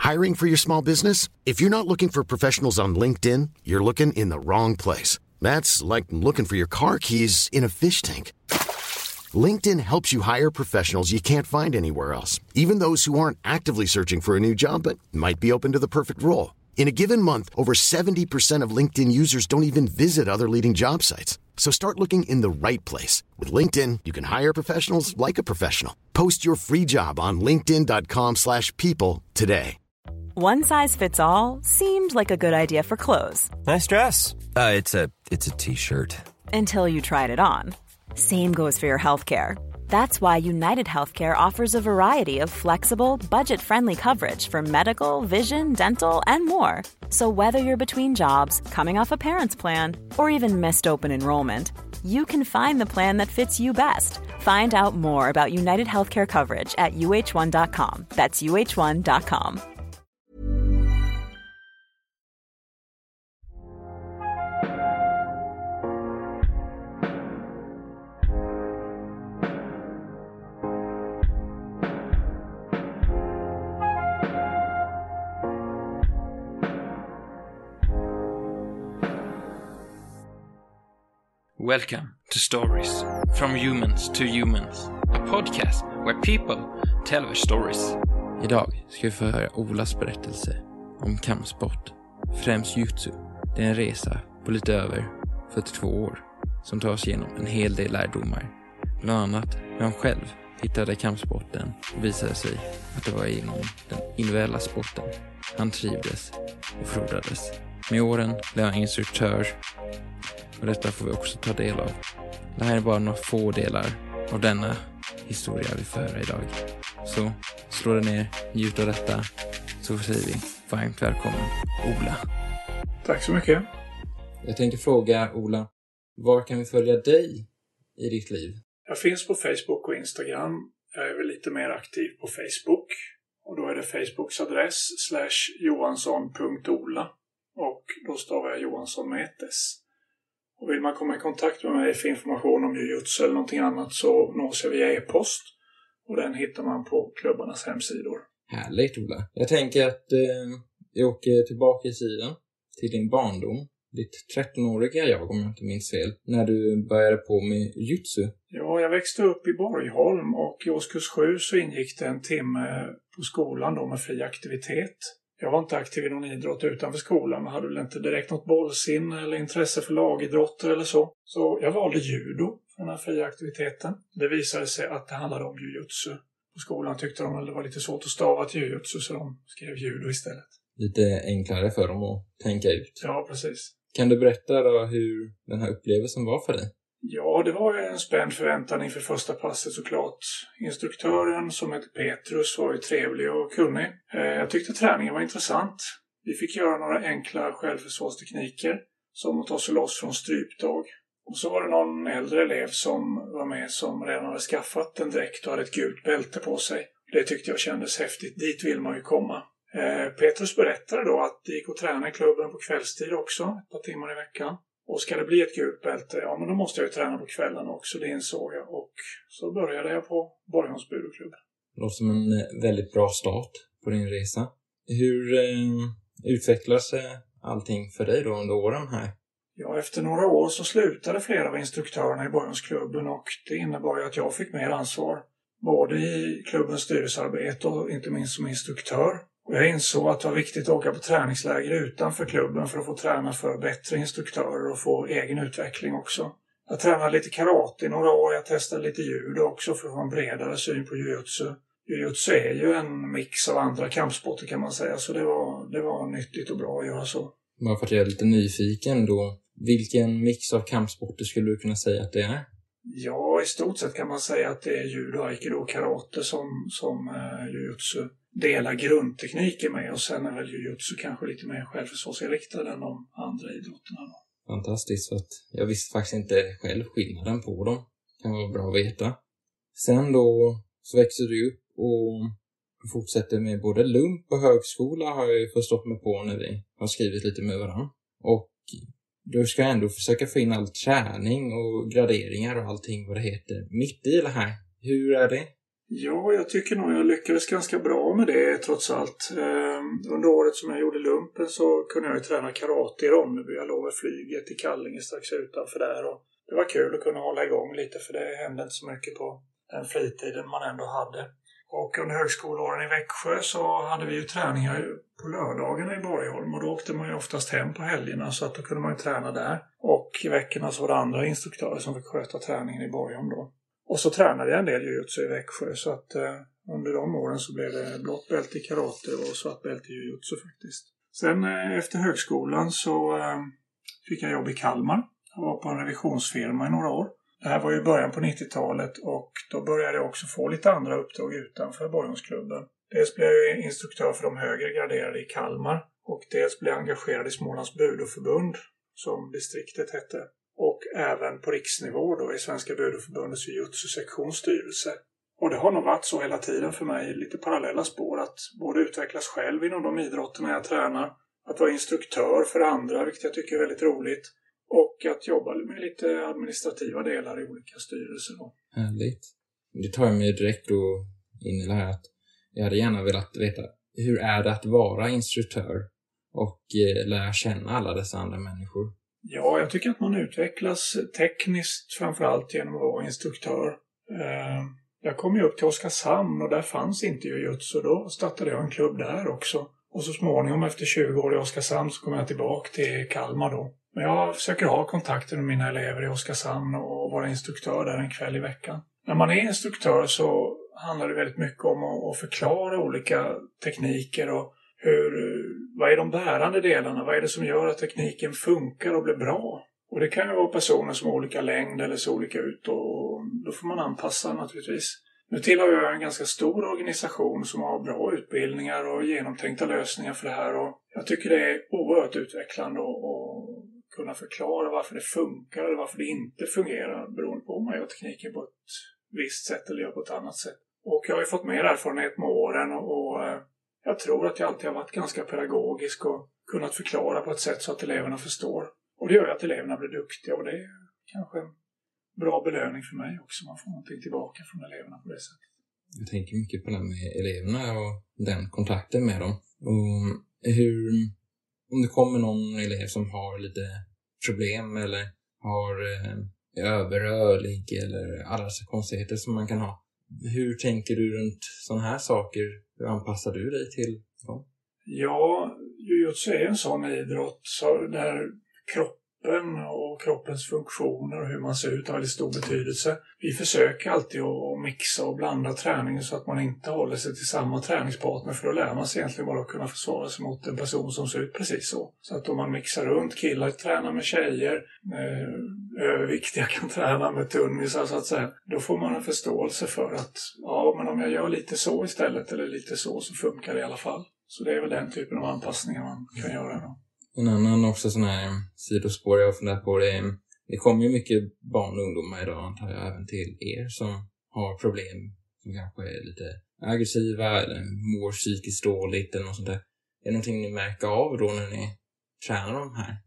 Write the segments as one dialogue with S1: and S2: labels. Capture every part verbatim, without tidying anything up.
S1: Hiring for your small business? If you're not looking for professionals on LinkedIn, you're looking in the wrong place. That's like looking for your car keys in a fish tank. LinkedIn helps you hire professionals you can't find anywhere else, even those who aren't actively searching for a new job but might be open to the perfect role. In a given month, over seventy percent of LinkedIn users don't even visit other leading job sites. So start looking in the right place. With LinkedIn, you can hire professionals like a professional. Post your free job on linkedin dot com slash people today.
S2: One size fits all seemed like a good idea for clothes.
S3: Nice dress. Uh, it's a it's a t-shirt.
S2: Until you tried it on. Same goes for your healthcare. That's why United Healthcare offers a variety of flexible, budget-friendly coverage for medical, vision, dental, and more. So whether you're between jobs, coming off a parent's plan, or even missed open enrollment, you can find the plan that fits you best. Find out more about United Healthcare coverage at u h one dot com. That's u h one dot com.
S4: Welcome to Stories from Humans to Humans, a podcast where people tell their stories.
S5: Idag ska vi få höra Olas berättelse om kampsport, främst jutsu. Det är en resa på lite över fyrtiotvå år som tar oss igenom en hel del lärdomar. Bland annat när han själv hittade kampsporten och visade sig att det var inom den individuella sporten han trivdes och frodades. Med åren blev han instruktör. Och detta får vi också ta del av. Det här är bara några få delar av denna historia vi får höra idag. Så slå dig ner, njut av detta. Så säger vi varmt välkommen Ola.
S6: Tack så mycket.
S5: Jag tänkte fråga Ola, var kan vi följa dig i ditt liv?
S6: Jag finns på Facebook och Instagram. Jag är väl lite mer aktiv på Facebook. Och då är det Facebooks adress slash johansson punkt ola. Och då stavar jag Johansson med ett S. Och vill man komma i kontakt med mig för information om jujutsu eller någonting annat så nås jag via e-post. Och den hittar man på klubbarnas hemsidor.
S5: Härligt Ola. Jag tänker att eh, jag åker tillbaka i tiden till din barndom. Ditt trettonåriga jag, om jag inte minns fel. När du började på med jutsu.
S6: Ja, jag växte upp i Borgholm och i årskurs sju så ingick det en timme på skolan då med fri aktivitet. Jag var inte aktiv i någon idrott utanför skolan. Jag hade väl inte direkt något bollsinne eller intresse för lagidrotter eller så. Så jag valde judo för den här fria aktiviteten. Det visade sig att det handlade om jujutsu. På skolan tyckte de att det var lite svårt att stava till jujutsu så de skrev judo istället.
S5: Lite enklare för dem att tänka ut.
S6: Ja, precis.
S5: Kan du berätta då hur den här upplevelsen var för dig?
S6: Ja, det var en spänd förväntan inför första passet såklart. Instruktören som heter Petrus var ju trevlig och kunnig. Jag tyckte träningen var intressant. Vi fick göra några enkla självförsvarstekniker som att ta sig loss från stryptag. Och så var det någon äldre elev som var med som redan hade skaffat en dräkt och hade ett gult bälte på sig. Det tyckte jag kändes häftigt. Dit vill man ju komma. Petrus berättade då att det gick att träna i klubben på kvällstid också, ett par timmar i veckan. Och ska det bli ett gult bälte, ja men då måste jag ju träna på kvällen också, det insåg jag. Och så började jag på Borgholms budoklubb.
S5: Det låter som en väldigt bra start på din resa. Hur eh, utvecklas allting för dig då under åren här?
S6: Ja, efter några år så slutade flera av instruktörerna i Borgholmsklubben och det innebar ju att jag fick mer ansvar. Både i klubbens styrelsearbete och inte minst som instruktör. Och jag insåg att det var viktigt att åka på träningsläger utanför klubben för att få träna för bättre instruktörer och få egen utveckling också. Jag tränade lite karate i några år, jag testade lite judo också för att få en bredare syn på jujutsu. Jujutsu är ju en mix av andra kampsporter kan man säga, så det var, det var nyttigt och bra att göra så.
S5: Bara för att jag är lite nyfiken då, vilken mix av kampsporter skulle du kunna säga att det är?
S6: Ja, i stort sett kan man säga att det är judo, aikido och karate som, som uh, jujutsu delar grundtekniken med, och sen är väl jujutsu kanske lite mer självförsvarsinriktad än de andra idrotterna då.
S5: Fantastiskt, för att jag visste faktiskt inte själv skillnaden på dem. Det kan vara bra att veta. Sen då så växer du upp och fortsätter med både lump och högskola, har jag ju förstått mig på när vi har skrivit lite med varandra. Och du ska ändå försöka få in all träning och graderingar och allting vad det heter mitt i det här. Hur är det?
S6: Ja, jag tycker nog jag lyckades ganska bra med det trots allt. Eh, under året som jag gjorde lumpen så kunde jag ju träna karate i Ronneby. Jag låg vid flyget i Kallinge strax utanför där. Och det var kul att kunna hålla igång lite för det hände inte så mycket på den fritiden man ändå hade. Och under högskoleåren i Växjö så hade vi ju träningar på lördagarna i Borgholm. Och då åkte man ju oftast hem på helgerna så att då kunde man ju träna där. Och i veckorna så var det andra instruktörer som fick sköta träningen i Borgholm då. Och så tränade jag en del jujutsu i Växjö så att eh, under de åren så blev det blått bälte i karate och svart bälte i jujutsu faktiskt. Sen eh, efter högskolan så eh, fick jag jobb i Kalmar. Jag var på en revisionsfirma i några år. Det här var ju början på nittiotalet och då började jag också få lite andra uppdrag utanför Borgholmsklubben. Dels blev jag instruktör för de högre graderade i Kalmar och dels blev jag engagerad i Smålands Budoförbund som distriktet hette. Och även på riksnivå då i Svenska Budoförbundets jujutsu-sektionsstyrelse. Och det har nog varit så hela tiden för mig, lite parallella spår, att både utvecklas själv inom de idrotterna jag tränar, att vara instruktör för andra, vilket jag tycker är väldigt roligt, och att jobba med lite administrativa delar i olika styrelser då.
S5: Härligt. Det tar jag mig direkt då in i det här att jag hade gärna velat veta, hur är det att vara instruktör och eh, lära känna alla dessa andra människor?
S6: Ja, jag tycker att man utvecklas tekniskt framförallt genom att vara instruktör. Eh, jag kom ju upp till Oskarshamn och där fanns inte jujutsu, då startade jag en klubb där också. Och så småningom efter tjugo år i Oskarshamn så kom jag tillbaka till Kalmar då. Men jag försöker ha kontakter med mina elever i Oskarshamn och vara instruktör där en kväll i veckan. När man är instruktör så handlar det väldigt mycket om att förklara olika tekniker och hur, vad är de bärande delarna? Vad är det som gör att tekniken funkar och blir bra? Och det kan ju vara personer som har olika längd eller ser olika ut och då får man anpassa naturligtvis. Nu tillhör jag en ganska stor organisation som har bra utbildningar och genomtänkta lösningar för det här. Och jag tycker det är oerhört utvecklande att kunna förklara varför det funkar eller varför det inte fungerar beroende på om man gör tekniken på ett visst sätt eller gör på ett annat sätt. Och jag har ju fått mer erfarenhet med åren och, och jag tror att jag alltid har varit ganska pedagogisk och kunnat förklara på ett sätt så att eleverna förstår. Och det gör ju att eleverna blir duktiga och det är kanske en bra belöning för mig också. Man får någonting tillbaka från eleverna på det sättet.
S5: Jag tänker mycket på det med eleverna och den kontakten med dem. Och hur, om det kommer någon elev som har lite problem eller har eh, överrörlig eller alla dessa konstigheter som man kan ha. Hur tänker du runt sådana här saker? Hur anpassar du dig till dem?
S6: Ja, jujutsu är en sån idrott så där kroppen och kroppens funktioner och hur man ser ut har väldigt stor betydelse. Vi försöker alltid att mixa och blanda träningen så att man inte håller sig till samma träningspartner för då lär man sig egentligen bara att kunna försvara sig mot en person som ser ut precis så. Så att om man mixar runt, killar tränar med tjejer, eh, överviktiga kan träna med tunnisar så att säga, då får man en förståelse för att ja, men om jag gör lite så istället eller lite så så funkar det i alla fall. Så det är väl den typen av anpassningar man kan göra då.
S5: En annan också sån här sidospår jag funderar på det. Det kommer ju mycket barn och ungdomar idag antar jag även till er som har problem som kanske är lite aggressiva eller mår psykiskt dåligt eller något sånt där. Är det någonting ni märker av då när ni tränar de här?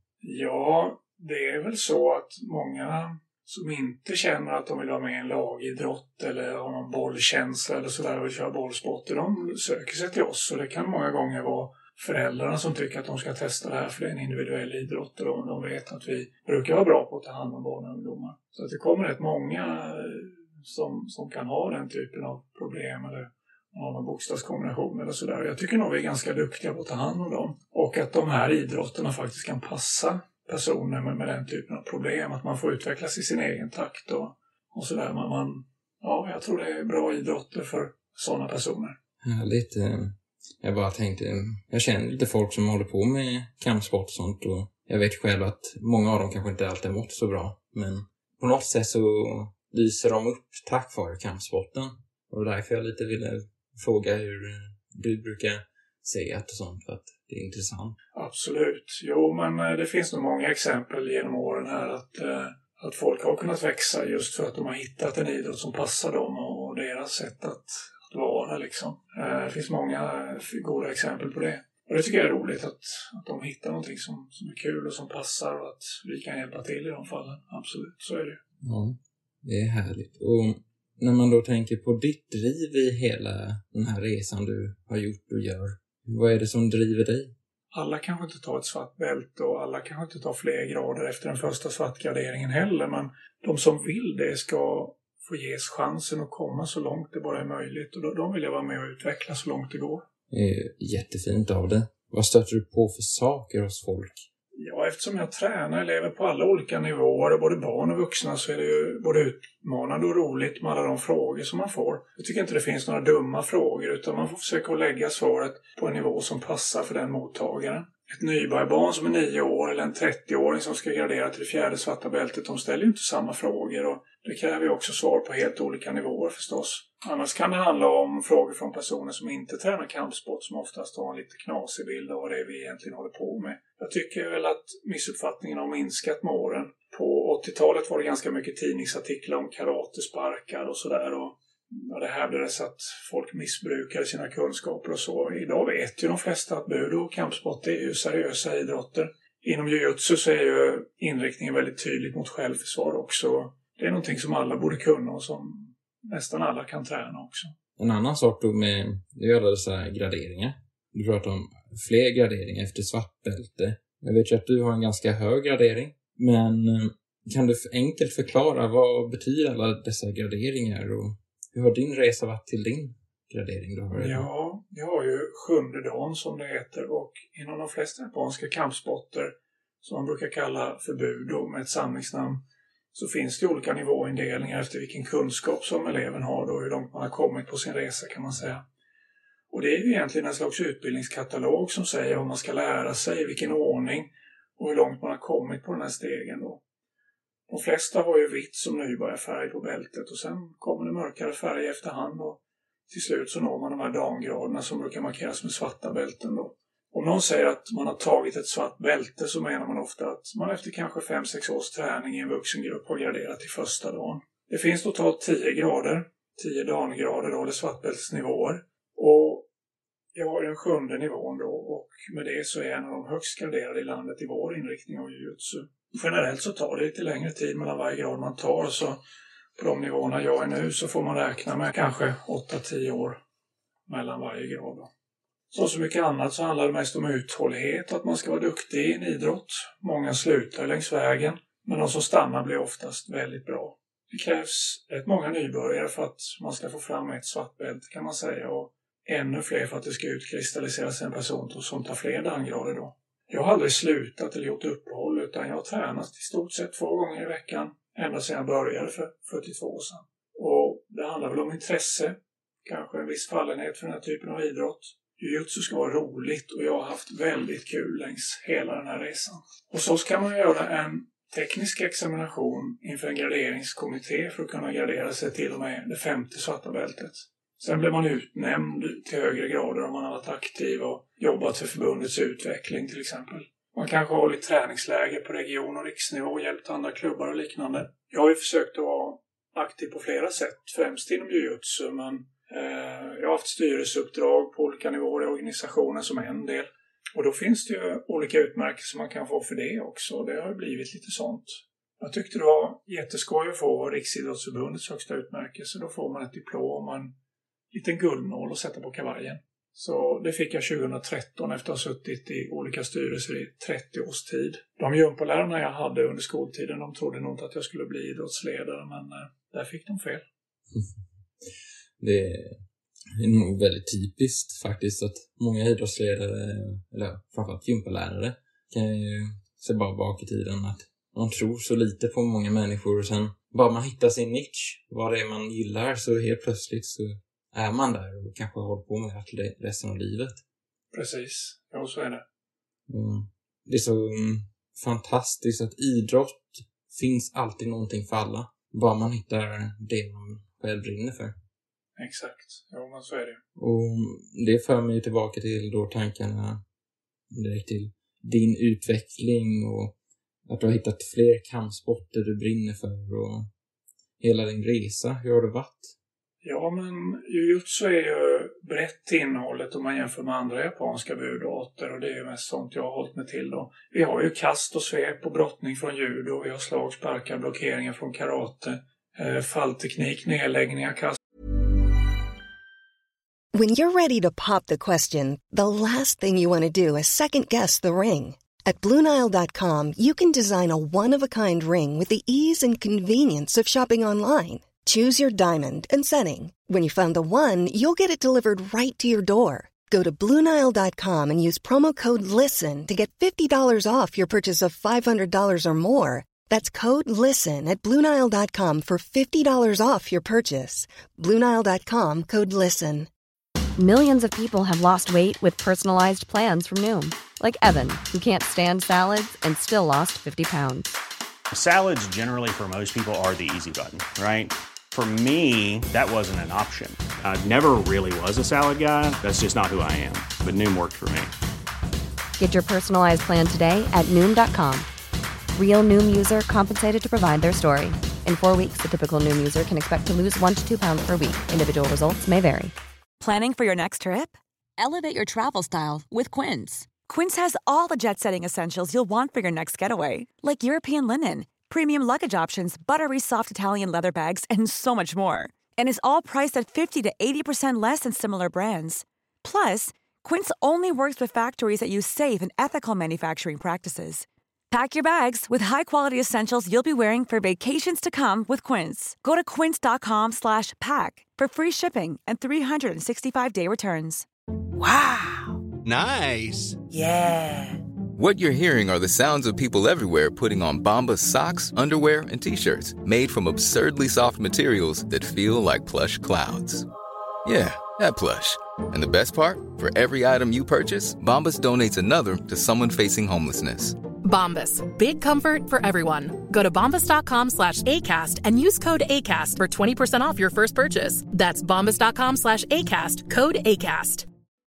S6: Ja, det är väl så att många som inte känner att de vill vara med i en lagidrott eller har någon bollkänsla eller sådär och vill köra bollsporter, de söker sig till oss. Och det kan många gånger vara föräldrarna som tycker att de ska testa det här för det är en individuell idrott och de vet att vi brukar vara bra på att ta hand om barn och ungdomar. Så att det kommer rätt många som, som kan ha den typen av problem eller ha någon bokstavskombination eller sådär. Jag tycker nog vi är ganska duktiga på att ta hand om dem. Och att de här idrotterna faktiskt kan passa personer med, med den typen av problem. Att man får utvecklas i sin egen takt och, och sådär. Man, man, ja, jag tror det är bra idrotter för sådana personer.
S5: Härligt. Jag bara tänkte, jag känner lite folk som håller på med kampsport och sånt och jag vet själv att många av dem kanske inte alltid mått så bra. Men på något sätt så lyser de upp tack vare kampsporten. Och därför jag lite ville fråga hur du brukar se att och sånt för att det är intressant.
S6: Absolut. Jo, men det finns nog många exempel genom åren här att, att folk har kunnat växa just för att de har hittat en idrott som passar dem och deras sätt att vara liksom. Det finns många goda exempel på det. Och det tycker jag är roligt att, att de hittar någonting som, som är kul och som passar och att vi kan hjälpa till i de fallen. Absolut, så är det.
S5: Ja, det är härligt. Och När man då tänker på ditt driv i hela den här resan du har gjort och gör, vad är det som driver dig?
S6: Alla kanske inte tar ett svart bälte och alla kanske inte tar fler grader efter den första svartgraderingen heller. Men de som vill det ska få ges chansen att komma så långt det bara är möjligt. Och de vill jag vara med och utveckla så långt det går.
S5: Det är jättefint av det. Vad stöter du på för saker hos folk?
S6: Ja, eftersom jag tränar elever på alla olika nivåer, både barn och vuxna, så är det ju både utmanande och roligt med alla de frågor som man får. Jag tycker inte det finns några dumma frågor, utan man får försöka att lägga svaret på en nivå som passar för den mottagaren. Ett nybörjarbarn som är nio år eller en trettio-åring som ska gradera till det fjärde svarta bältet, de ställer ju inte samma frågor, och det kräver ju också svar på helt olika nivåer förstås. Annars kan det handla om frågor från personer som inte tränar kampsport, som oftast har en lite knasig bild av vad det är vi egentligen håller på med. Jag tycker väl att missuppfattningen har minskat med åren. På åttiotalet var det ganska mycket tidningsartiklar om karatesparkar och sådär, och ja, det hävdades att folk missbrukade sina kunskaper och så. Idag vet ju de flesta att budo och kampsport är ju seriösa idrotter. Inom jiu-jitsu så är ju inriktningen väldigt tydligt mot självförsvar också. Det är någonting som alla borde kunna och som nästan alla kan träna också.
S5: En annan sak då med alla dessa graderingar. Du pratar om fler graderingar efter svartbälte. Jag vet ju att du har en ganska hög gradering. Men kan du enkelt förklara vad betyder alla dessa graderingar och hur har din resa varit till din gradering? Då har
S6: ja, jag har ju sjunde dagen som det heter, och inom de flesta japanska kampsporter som man brukar kalla för budo med ett samlingsnamn, så finns det olika nivåindelningar efter vilken kunskap som eleven har då, hur långt man har kommit på sin resa kan man säga. Och det är ju egentligen en slags utbildningskatalog som säger vad man ska lära sig, i vilken ordning och hur långt man har kommit på den här stegen då. De flesta har ju vitt som nybörjarfärg på bältet, och sen kommer det mörkare färg efterhand, och till slut så når man de här damgraderna som brukar markeras med svarta bälten då. Om någon säger att man har tagit ett svart bälte, så menar man ofta att man efter kanske fem sex års träning i en vuxengrupp har graderat till första dagen. Det finns totalt tio grader, tio damgrader då, eller svartbältsnivåer. Och jag har den sjunde nivån då, och med det så är jag en av de högst graderade i landet i vår inriktning av jiu-jitsu. Generellt så tar det lite längre tid mellan varje grad man tar, så på de nivåerna jag är nu så får man räkna med kanske åtta till tio år mellan varje grad då. Som så mycket annat så handlar det mest om uthållighet, att man ska vara duktig i en idrott. Många slutar längs vägen, men de som stannar blir oftast väldigt bra. Det krävs rätt många nybörjare för att man ska få fram ett svart bälte kan man säga, och ännu fler för att det ska utkristalliseras en person som tar fler dangrader då. Jag har aldrig slutat eller gjort uppehåll, utan jag har tränat i stort sett två gånger i veckan ända sedan jag började för fyrtiotvå år sedan. Och det handlar väl om intresse, kanske en viss fallenhet för den här typen av idrott. Jiu-jitsu ska vara roligt, och jag har haft väldigt kul längs hela den här resan. Och så ska man göra en teknisk examination inför en graderingskommitté för att kunna gradera sig till och med det femte svarta bältet. Sen blir man utnämnd till högre grader om man har varit aktiv och jobbat för förbundets utveckling till exempel. Man kanske har hållit träningsläger på region- och riksnivå och hjälpt andra klubbar och liknande. Jag har ju försökt att vara aktiv på flera sätt, främst inom jiu-jitsu, men eh, jag har haft styrelseuppdrag på olika nivåer i organisationen som en del. Och då finns det ju olika utmärkelser man kan få för det också. Det har blivit lite sånt. Jag tyckte det var jätteskoj att få Riksidrottsförbundets högsta utmärkelse. Då får man ett diplom och en liten guldnål att sätta på kavajen. Så det fick jag tjugohundratretton efter att ha suttit i olika styrelser i trettio års tid. De gympalärarna jag hade under skoltiden, de trodde nog inte att jag skulle bli idrottsledare, men där fick de fel.
S5: Det är nog väldigt typiskt faktiskt att många idrottsledare, eller framförallt gympalärare, kan ju se bara bak i tiden att man tror så lite på många människor, och sen bara man hittar sin nisch, vad det är man gillar, så helt plötsligt så är man där och kanske håller på med det resten av livet.
S6: Precis, ja så är det.
S5: Mm. Det är så um, fantastiskt att idrott finns alltid någonting för alla. Bara man hittar det man själv brinner för.
S6: Exakt, ja men så är det.
S5: Och det för mig tillbaka till då tankarna direkt till din utveckling och att du har hittat fler kampsporter du brinner för och hela din resa. Hur har det varit?
S6: Ja, men jiu-jitsu är ju brett till innehållet om man jämför med andra japanska budoarter, och det är ju mest sånt jag har hållit mig till då. Vi har ju kast och svep och brottning från judo, vi har slag, sparkar, blockeringar från karate, eh, fallteknik, nedläggningar, kast.
S7: When you're ready to pop the question, the last thing you want to do is second guess the ring. At Blue Nile dot com, you can design a one-of-a-kind ring with the ease and convenience of shopping online. Choose your diamond and setting. When you find the one, you'll get it delivered right to your door. Go to Blue Nile dot com and use promo code LISTEN to get fifty dollars off your purchase of five hundred dollars or more. That's code LISTEN at Blue Nile dot com for fifty dollars off your purchase. Blue Nile dot com, code LISTEN.
S8: Millions of people have lost weight with personalized plans from Noom. Like Evan, who can't stand salads and still lost fifty pounds.
S9: Salads generally for most people are the easy button, right? For me, that wasn't an option. I never really was a salad guy. That's just not who I am. But Noom worked for me.
S8: Get your personalized plan today at Noom dot com. Real Noom user compensated to provide their story. In four weeks, the typical Noom user can expect to lose one to two pounds per week. Individual results may vary.
S2: Planning for your next trip? Elevate your travel style with Quince. Quince has all the jet-setting essentials you'll want for your next getaway, like European linen, premium luggage options, buttery soft Italian leather bags, and so much more. And is all priced at fifty to eighty percent less than similar brands. Plus, Quince only works with factories that use safe and ethical manufacturing practices. Pack your bags with high-quality essentials you'll be wearing for vacations to come with Quince. Go to quince dot com slash pack for free shipping and three sixty-five day returns.
S10: Wow! Nice!
S11: Yeah!
S12: What you're hearing are the sounds of people everywhere putting on Bombas socks, underwear, and T-shirts made from absurdly soft materials that feel like plush clouds. Yeah, that plush. And the best part? For every item you purchase, Bombas donates another to someone facing homelessness.
S13: Bombas. Big comfort for everyone. Go to bombas dot com slash ACAST and use code ACAST for twenty percent off your first purchase. That's bombas dot com slash ACAST. Code ACAST.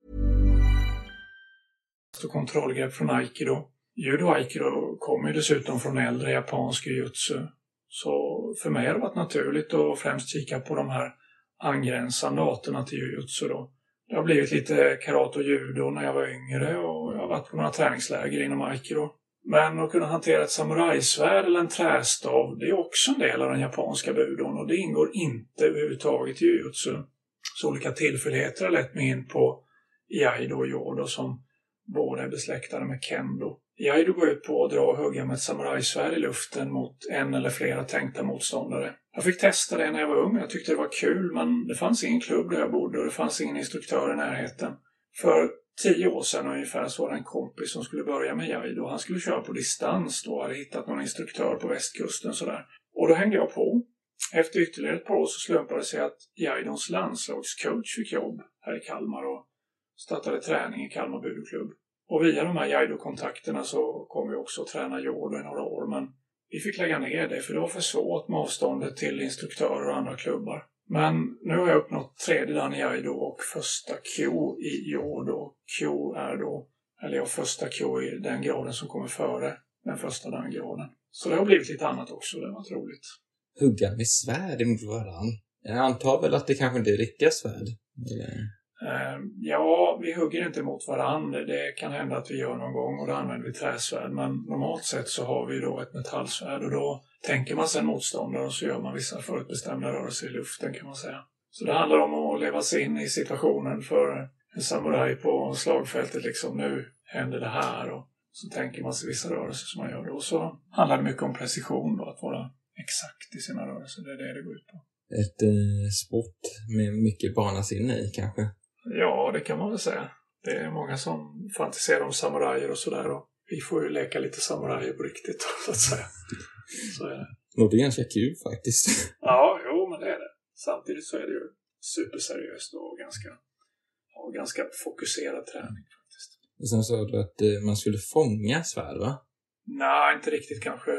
S6: Kontrollgrepp från Aikido. Judo och Aikido kommer ju dessutom från äldre japansk jutsu. Så för mig har det varit naturligt att främst kika på de här angränsande arterna till jutsu då. Det har blivit lite karate och judo när jag var yngre och jag har varit på några träningsläger inom Aikido. Men att kunna hantera ett samurajsvärd eller en trästav, det är också en del av den japanska budon och det ingår inte överhuvudtaget i jujutsu. Så olika tillfälligheter har lett mig in på Iaido och Jodo som båda är besläktade med kendo. Iaido går ut på att dra och hugga med ett samurajsvärd i luften mot en eller flera tänkta motståndare. Jag fick testa det när jag var ung. Jag tyckte det var kul, men det fanns ingen klubb där jag bodde och det fanns ingen instruktör i närheten. För tio år sedan ungefär så var det en kompis som skulle börja med Iaido. Han skulle köra på distans då och hade hittat någon instruktör på västkusten sådär. Och då hängde jag på. Efter ytterligare ett par år så slumpade det sig att Iaidons landslagscoach fick jobb här i Kalmar och startade träning i Kalmar budoklubb. Och via de här Iaido-kontakterna så kom vi också att träna judo i några år, men vi fick lägga ner det för det var för svårt med avståndet till instruktörer och andra klubbar. Men nu har jag uppnått tredje dan i Iaido och första Q i judo. Q är då, eller ja, första Q i den graden som kommer före den första dan-graden. Så det har blivit lite annat också, det var roligt.
S5: Hugga med svärd mot varann. Jag antar väl att det kanske inte är riktiga svärd? Eller?
S6: Uh, ja, vi hugger inte mot varandra. Det kan hända att vi gör någon gång och då använder vi träsvärd. Men normalt sett så har vi då ett metallsvärd och då tänker man sig en motståndare och så gör man vissa förutbestämda rörelser i luften kan man säga. Så det handlar om att leva sig in i situationen för en samuraj på slagfältet liksom. Nu händer det här och så tänker man sig vissa rörelser som man gör då. Och så handlar det mycket om precision då, att vara exakt i sina rörelser. Det är det det går ut på.
S5: Ett eh, sport med mycket barnasinne i kanske?
S6: Ja, det kan man väl säga. Det är många som fantiserar om samurajer och sådär. Och vi får ju leka lite samurajer på riktigt, så att säga. Så är det.
S5: Och det är ganska kul faktiskt.
S6: Ja, jo, men det är det. Samtidigt så är det ju superseriöst och ganska, ja, ganska fokuserad träning faktiskt.
S5: Och sen sa du att eh, man skulle fånga svärd, va?
S6: Nej, inte riktigt kanske.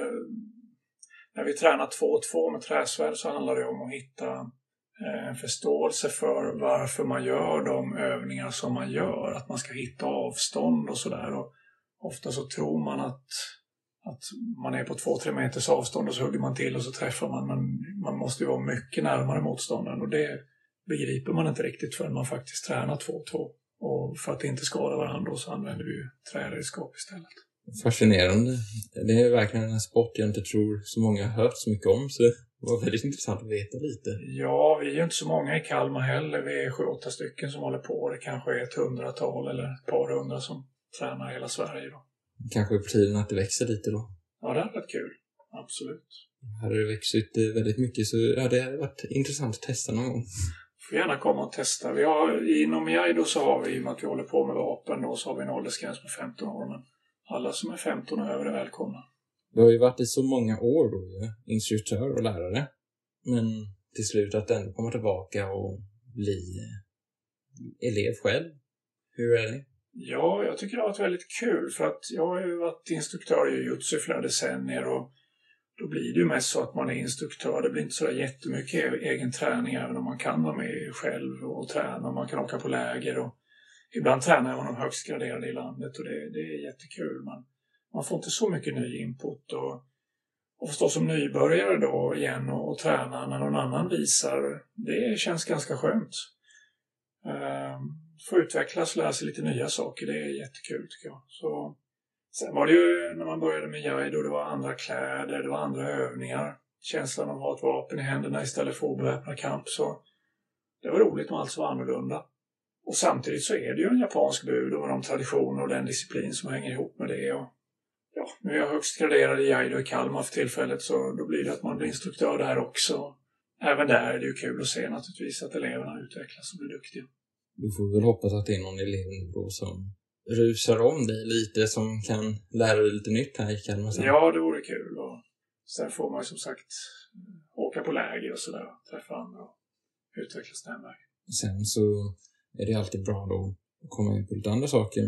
S6: När vi tränar två och två med träsvärd så handlar det om att hitta en förståelse för varför man gör de övningar som man gör. Att man ska hitta avstånd och sådär. Och ofta så tror man att, att man är på två tre meters avstånd och så hugger man till och så träffar man. Men man måste ju vara mycket närmare motståndaren och det begriper man inte riktigt förrän man faktiskt tränar två och två. Och för att inte skada varandra så använder vi ju träredskap istället.
S5: Fascinerande. Det är verkligen en sport jag inte tror så många har hört så mycket om. Så Det var väldigt intressant att veta lite.
S6: Ja, vi är ju inte så många i Kalmar heller. Vi är sju, åtta stycken som håller på. Det kanske är ett hundratal eller ett par hundra som tränar i hela Sverige då.
S5: Kanske är på tiden att det växer lite då.
S6: Ja, det har varit kul. Absolut.
S5: Hade det växt väldigt mycket så ja, det hade varit intressant att testa någon gång.
S6: Får gärna komma och testa. Vi har, inom Jaido så har vi, i och med att vi håller på med vapen då, så har vi en åldersgräns på femton år. Men alla som är femton och över är välkomna.
S5: Du har ju varit i så många år då, ja, instruktör och lärare. Men till slut att ändå komma tillbaka och bli elev själv. Hur är det?
S6: Ja, jag tycker det har varit väldigt kul för att jag har ju varit instruktör i jujutsu i flera decennier och då blir det ju mest så att man är instruktör. Det blir inte så där jättemycket egen träning även om man kan vara med själv och träna och man kan åka på läger. Och ibland tränar jag med de högst graderade i landet och det, det är jättekul. Man, man får inte så mycket ny input och, och förstås som nybörjare då igen och, och träna när någon annan visar. Det känns ganska skönt. Um, få utvecklas och lära sig lite nya saker. Det är jättekul tycker jag. Så, sen var det ju när man började med Jaido, det var andra kläder, det var andra övningar. Känslan av att ha ett vapen i händerna istället för att beväpna kamp. Så det var roligt med allt som var annorlunda. Och samtidigt så är det ju en japansk bud och de traditioner och den disciplin som hänger ihop med det. Och, ja, nu är jag högst graderad i Jaido i Kalmar för tillfället så då blir det att man blir instruktör där också. Även där är det ju kul att se naturligtvis att eleverna utvecklas och blir duktiga.
S5: Du får väl hoppas att det är någon elev nu då som rusar om dig lite som kan lära dig lite nytt här i Kalmar sen.
S6: Ja, det vore kul. Och sen får man ju som sagt åka på läger och sådär, träffa andra och utvecklas den vägen.
S5: Sen så är det alltid bra då att komma in på lite andra saker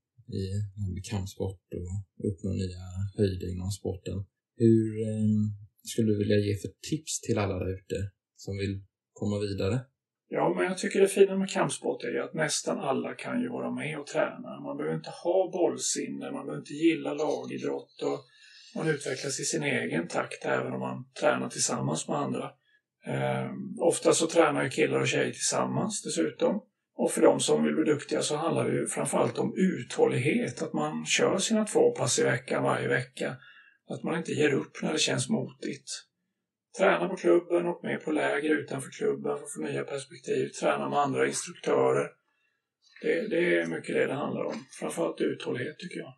S5: i kampsport och uppnå nya höjder inom sporten. Hur eh, skulle du vilja ge för tips till alla där ute som vill komma vidare?
S6: Ja, men jag tycker det fina med kampsport är att nästan alla kan ju vara med och träna. Man behöver inte ha bollsinne, man behöver inte gilla lagidrott och man utvecklas i sin egen takt även om man tränar tillsammans med andra. Eh, ofta så tränar ju killar och tjejer tillsammans dessutom. Och för de som vill bli duktiga så handlar det ju framförallt om uthållighet. Att man kör sina två pass i veckan varje vecka. Att man inte ger upp när det känns motigt. Träna på klubben och med på läger utanför klubben för att få nya perspektiv. Träna med andra instruktörer. Det, det är mycket det det handlar om. Framförallt uthållighet tycker jag.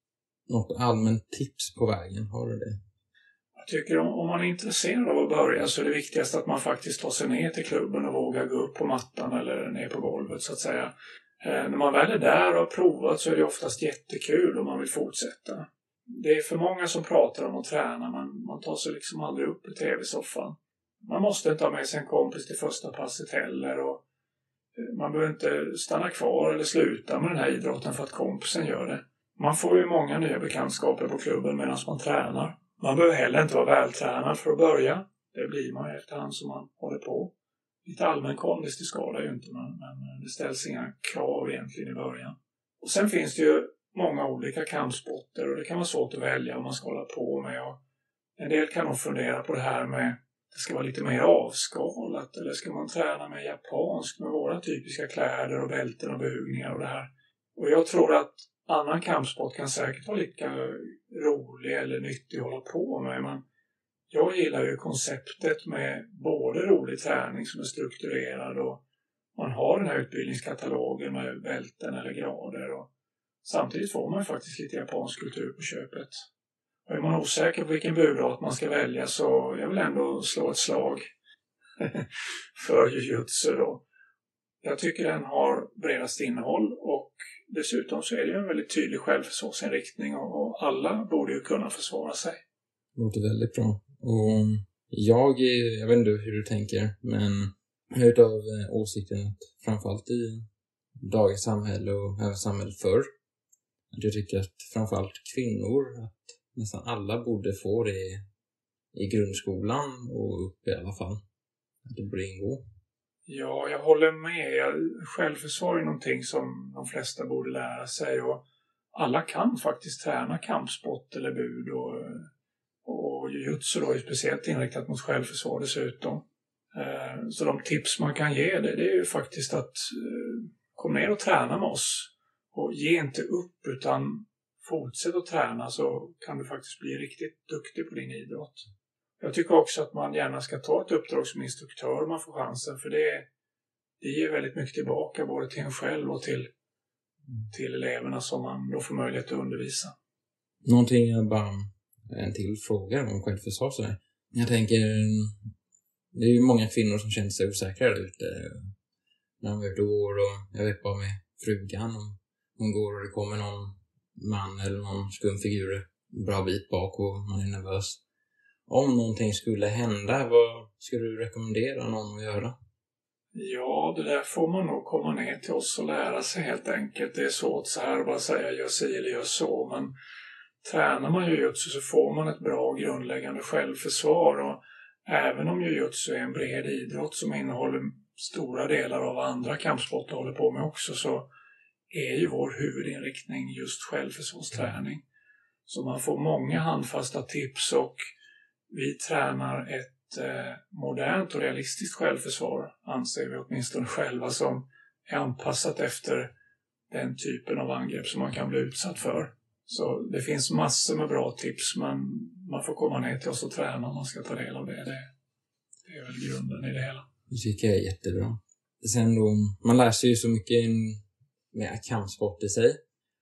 S5: Något allmänt tips på vägen, har du det?
S6: Jag tycker om, om man är intresserad av att börja så är det viktigast att man faktiskt tar sig ner till klubben och vågar gå upp på mattan eller ner på golvet så att säga. Eh, när man väl är där och har provat så är det oftast jättekul om man vill fortsätta. Det är för många som pratar om att träna, man, man tar sig liksom aldrig upp i tv-soffan. Man måste inte ha med sig en kompis till första passet heller och man behöver inte stanna kvar eller sluta med den här idrotten för att kompisen gör det. Man får ju många nya bekantskaper på klubben medan man tränar. Man behöver heller inte vara vältränad för att börja. Det blir man efterhand som man håller på. Lite allmän kondis det skadar ju inte, men, men det ställs inga krav egentligen i början. Och sen finns det ju många olika kampsporter och det kan vara svårt att välja vad man ska hålla på med. Och en del kan nog fundera på det här med det ska vara lite mer avskalat eller ska man träna med japansk med våra typiska kläder och bälten och bugningar och det här. Och jag tror att annan kampsport kan säkert vara lika rolig eller nyttig att hålla på med. Men jag gillar ju konceptet med både rolig träning som är strukturerad och man har den här utbildningskatalogen med bälten eller grader. Och samtidigt får man faktiskt lite japansk kultur på köpet. Och är man osäker på vilken budart man ska välja så jag vill ändå slå ett slag för jujutsu då. Jag tycker den har bredast innehåll och dessutom så är det ju en väldigt tydlig självförsvarsinriktning och alla borde ju kunna försvara sig.
S5: Det låter väldigt bra. Och jag, jag vet inte hur du tänker, men jag har hört av åsikten att framförallt i dagens samhälle och även samhället förr, att jag tycker att framförallt kvinnor, att nästan alla borde få det i grundskolan och upp i alla fall. Att det borde ingå.
S6: Ja, jag håller med. Självförsvar är någonting som de flesta borde lära sig och alla kan faktiskt träna kampsport eller bud och, och jujutsu då är speciellt inriktat mot självförsvar dessutom. Så de tips man kan ge det, det är ju faktiskt att kom ner och träna med oss och ge inte upp utan fortsätt att träna så kan du faktiskt bli riktigt duktig på din idrott. Jag tycker också att man gärna ska ta ett uppdrag som instruktör om man får chansen. För det, det ger väldigt mycket tillbaka både till en själv och till, till eleverna som man då får möjlighet att undervisa.
S5: Någonting jag bara, en till fråga om självförsvar sådär. Jag tänker, det är ju många kvinnor som känner sig osäkra där ute. När de är ute och går och jag vet bara med frugan om hon går och det kommer någon man eller någon skum figur bra bit bak och man är nervös. Om någonting skulle hända, vad skulle du rekommendera någon att göra?
S6: Ja, det där får man nog komma ner till oss och lära sig helt enkelt. Det är svårt så här att bara säga gör si eller gör så. Men tränar man jujutsu så får man ett bra grundläggande självförsvar. Och även om jujutsu är en bred idrott som innehåller stora delar av andra kampsporter håller på med också, så är ju vår huvudinriktning just självförsvarsträning. Så man får många handfasta tips och vi tränar ett eh, modernt och realistiskt självförsvar, anser vi åtminstone själva, som är anpassat efter den typen av angrepp som man kan bli utsatt för. Så det finns massor med bra tips, men man får komma ner till oss och träna om man ska ta del av det. Det, det är väl grunden i det hela.
S5: Det tycker jag är jättebra. Sen då, man lär sig ju så mycket med kampsport i sig.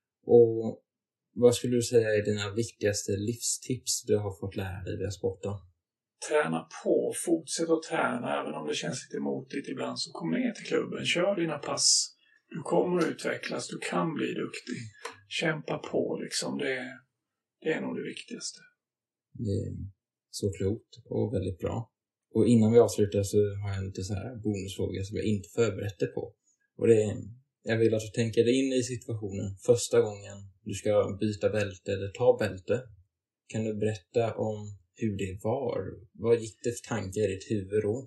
S5: Och vad skulle du säga är dina viktigaste livstips du har fått lära dig via sporten?
S6: Träna på, fortsätt att träna även om det känns lite motigt ibland, så kom ner till klubben, kör dina pass. Du kommer att utvecklas, du kan bli duktig. Kämpa på liksom, det, det är nog det viktigaste.
S5: Det är så klokt och väldigt bra. Och innan vi avslutar så har jag en lite så här bonusfråga som jag inte förberett dig på. Och det är, jag vill att du tänker dig in i situationen första gången du ska byta bälte eller ta bälte. Kan du berätta om hur det var? Vad gick det för tankar i ditt huvud då?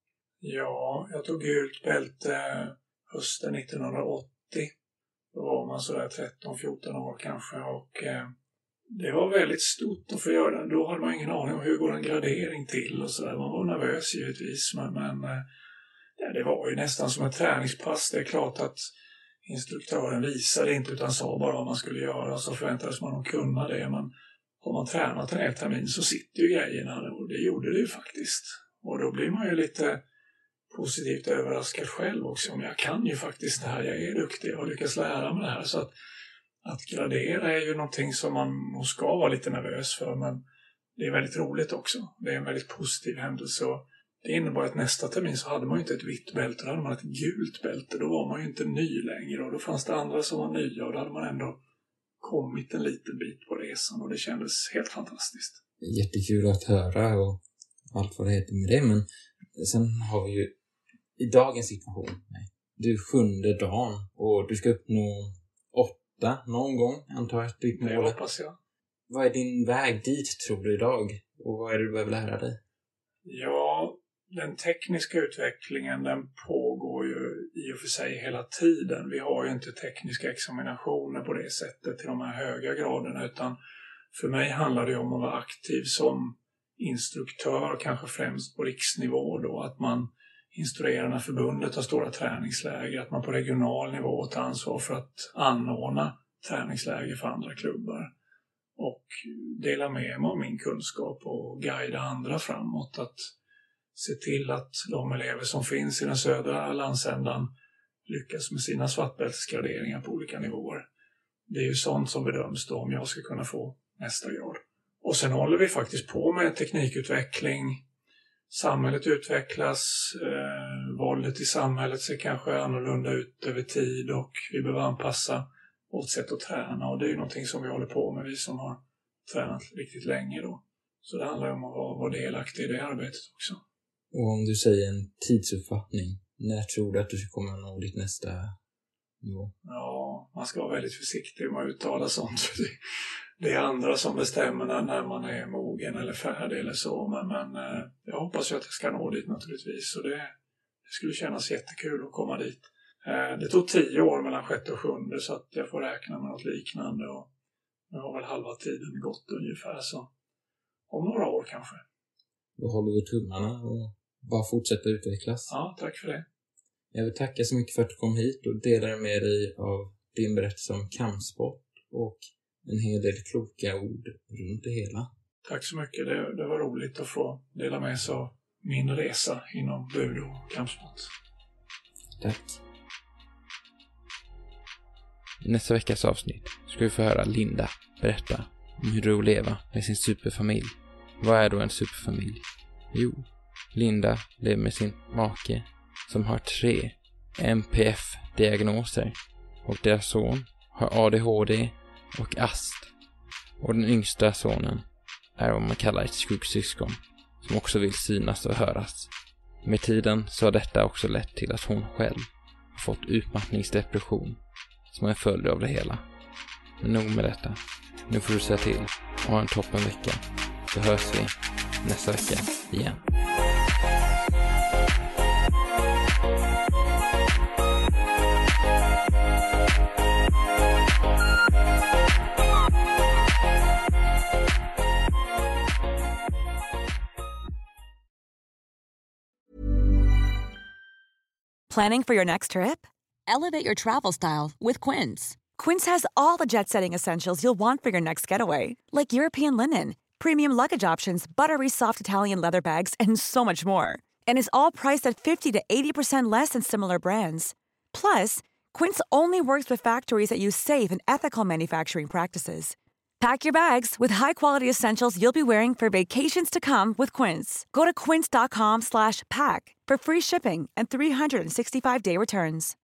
S6: Ja, jag tog ut bälte hösten nittonhundraåttio. Då var man sådär tretton fjorton år kanske, och eh, det var väldigt stort att få göra det. Då hade man ingen aning om hur går en gradering till och sådär. Man var nervös givetvis, men, men eh, ja, det var ju nästan som ett träningspass. Det är klart att instruktören visade inte utan sa bara vad man skulle göra, så förväntades man att kunna det. Men har man tränat en hel termin så sitter ju grejerna, och det gjorde det ju faktiskt. Och då blir man ju lite positivt överraskad själv också. Men jag kan ju faktiskt det här, jag är duktig, jag har lyckats lära mig det här. Så att, att gradera är ju någonting som man nog ska vara lite nervös för, men det är väldigt roligt också. Det är en väldigt positiv händelse, och det innebar att nästa termin så hade man ju inte ett vitt bälte, då hade man ett gult bälte. Då var man ju inte ny längre, och då fanns det andra som var nya, och då hade man ändå kommit en liten bit på resan, och det kändes helt fantastiskt.
S5: Jättekul att höra och allt vad det heter med det, men sen har vi ju i dagens situation, nej, du sjunde dagen och du ska uppnå åtta någon gång, antar jag, ditt mål.
S6: Det hoppas jag.
S5: Vad är din väg dit, tror du, idag? Och vad är det du behöver lära dig?
S6: Ja, den tekniska utvecklingen, den pågår ju i och för sig hela tiden. Vi har ju inte tekniska examinationer på det sättet till de här höga graderna, utan för mig handlar det om att vara aktiv som instruktör, kanske främst på riksnivå då, att man instruerar när förbundet har stora träningsläger, att man på regional nivå tar ansvar för att anordna träningsläger för andra klubbar och dela med mig av min kunskap och guida andra framåt, att se till att de elever som finns i den södra landsändan lyckas med sina svartbältesgraderingar på olika nivåer. Det är ju sånt som bedöms då om jag ska kunna få nästa grad. Och sen håller vi faktiskt på med teknikutveckling. Samhället utvecklas, eh, våldet i samhället ser kanske annorlunda ut över tid, och vi behöver anpassa vårt sätt att träna, och det är ju någonting som vi håller på med, vi som har tränat riktigt länge då. Så det handlar om att vara, vara delaktig i det arbetet också.
S5: Och om du säger en tidsuppfattning, när tror du att du ska komma att nå ditt nästa nivå?
S6: Ja, man ska vara väldigt försiktig med att uttala sånt. Det är andra som bestämmer när man är mogen eller färdig eller så. Men, men jag hoppas ju att jag ska nå dit naturligtvis. Så det, det skulle kännas jättekul att komma dit. Det tog tio år mellan sjätte och sjunde, så att jag får räkna med något liknande. Och nu har väl halva tiden gått ungefär, så om några år kanske.
S5: Då håller vi tummarna och bara fortsätter utvecklas.
S6: Ja, tack för det.
S5: Jag vill tacka så mycket för att du kom hit och delade med dig av din berättelse om kampsport och en hel del kloka ord runt det hela.
S6: Tack så mycket. Det, det var roligt att få dela med sig av min resa inom budo och kampsport.
S5: Tack. I nästa veckas avsnitt ska vi få höra Linda berätta om hur det är att leva med sin superfamilj. Vad är då en superfamilj? Jo, Linda lever med sin make som har tre N P F-diagnoser och deras son har A D H D och A S T. Och den yngsta sonen är vad man kallar ett skuggsyskon som också vill synas och höras. Med tiden så har detta också lett till att hon själv har fått utmattningsdepression som en följd av det hela. Men nog med detta. Nu får du säga till och ha en toppen vecka. Så hörs vi nästa vecka igen.
S11: Planning for your next trip? Elevate your travel style with Quince. Quince has all the jet-setting essentials you'll want for your next getaway, like European linen, premium luggage options, buttery soft Italian leather bags, and so much more. And is all priced at fifty to eighty percent less than similar brands. Plus, Quince only works with factories that use safe and ethical manufacturing practices. Pack your bags with high-quality essentials you'll be wearing for vacations to come with Quince. Go to quince.com slash pack for free shipping and three sixty-five day returns.